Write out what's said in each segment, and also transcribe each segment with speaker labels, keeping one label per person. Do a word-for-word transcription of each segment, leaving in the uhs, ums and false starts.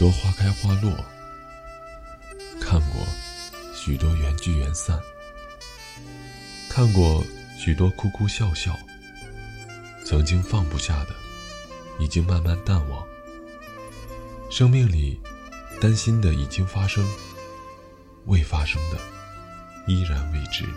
Speaker 1: 多花开花落，看过许多缘聚缘散，看过许多哭哭笑笑。曾经放不下的，已经慢慢淡忘。生命里担心的已经发生，未发生的依然未知。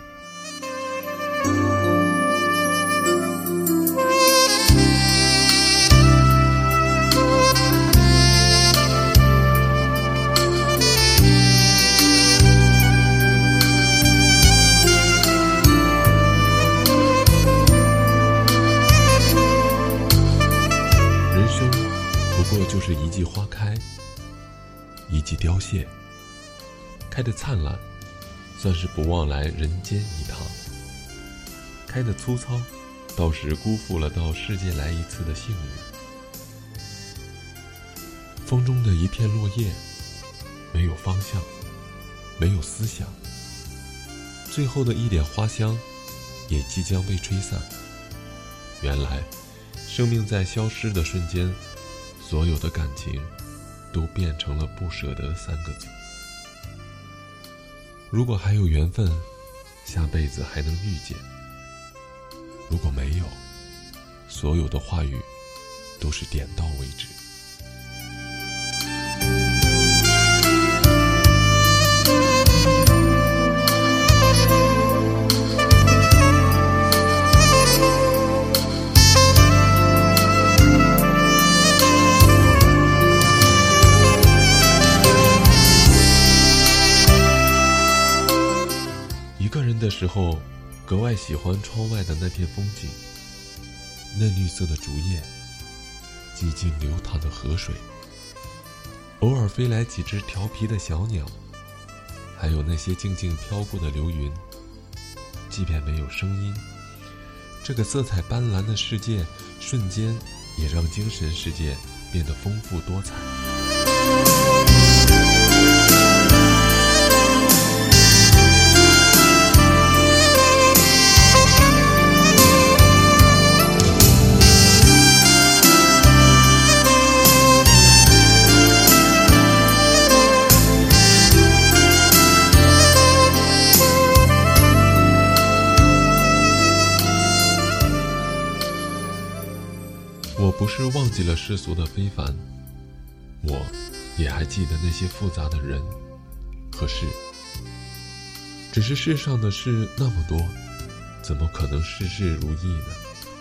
Speaker 1: 不过就是一季花开，一季凋谢，开得灿烂，算是不忘来人间一趟；开得粗糙，倒是辜负了到世界来一次的幸运。风中的一片落叶，没有方向，没有思想，最后的一点花香，也即将被吹散。原来，生命在消失的瞬间，所有的感情都变成了不舍得三个字。如果还有缘分，下辈子还能遇见；如果没有，所有的话语都是点到为止。一个人的时候，格外喜欢窗外的那片风景，嫩绿色的竹叶，寂静流淌的河水，偶尔飞来几只调皮的小鸟，还有那些静静飘过的流云。即便没有声音，这个色彩斑斓的世界瞬间也让精神世界变得丰富多彩。我不是忘记了世俗的非凡，我也还记得那些复杂的人和事，只是世上的事那么多，怎么可能事事如意呢？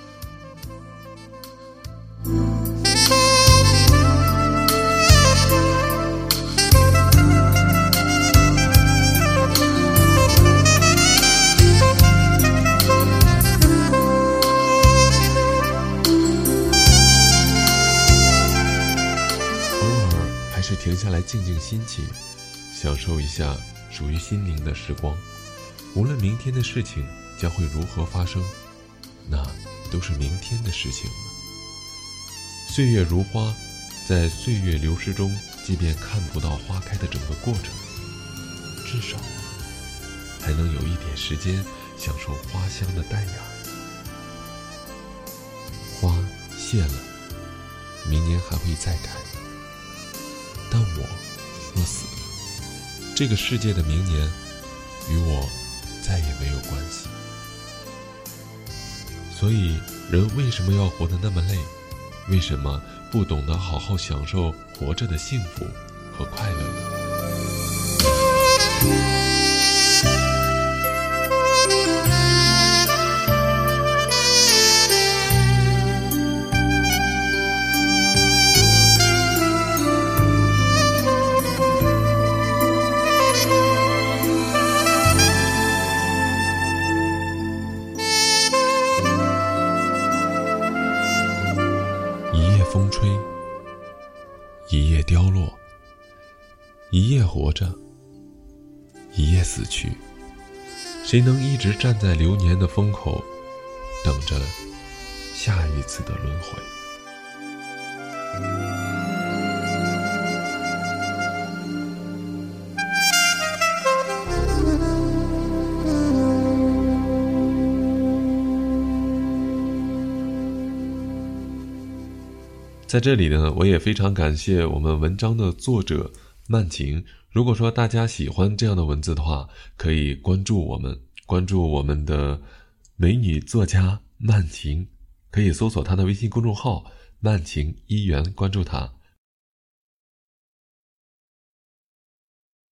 Speaker 1: 是停下来静静心情，享受一下属于心灵的时光。无论明天的事情将会如何发生，那都是明天的事情了。岁月如花，在岁月流逝中，即便看不到花开的整个过程，至少还能有一点时间享受花香的淡雅。花谢了，明年还会再开。但我若死了，这个世界的明年与我再也没有关系。所以人为什么要活得那么累？为什么不懂得好好享受活着的幸福和快乐呢？风吹，一夜凋落，一夜活着，一夜死去。谁能一直站在流年的风口，等着下一次的轮回？ 在这里呢，我也非常感谢我们文章的作者曼晴。如果说大家喜欢这样的文字的话，可以关注我们，关注我们的美女作家曼晴，可以搜索她的微信公众号曼晴一元，关注她。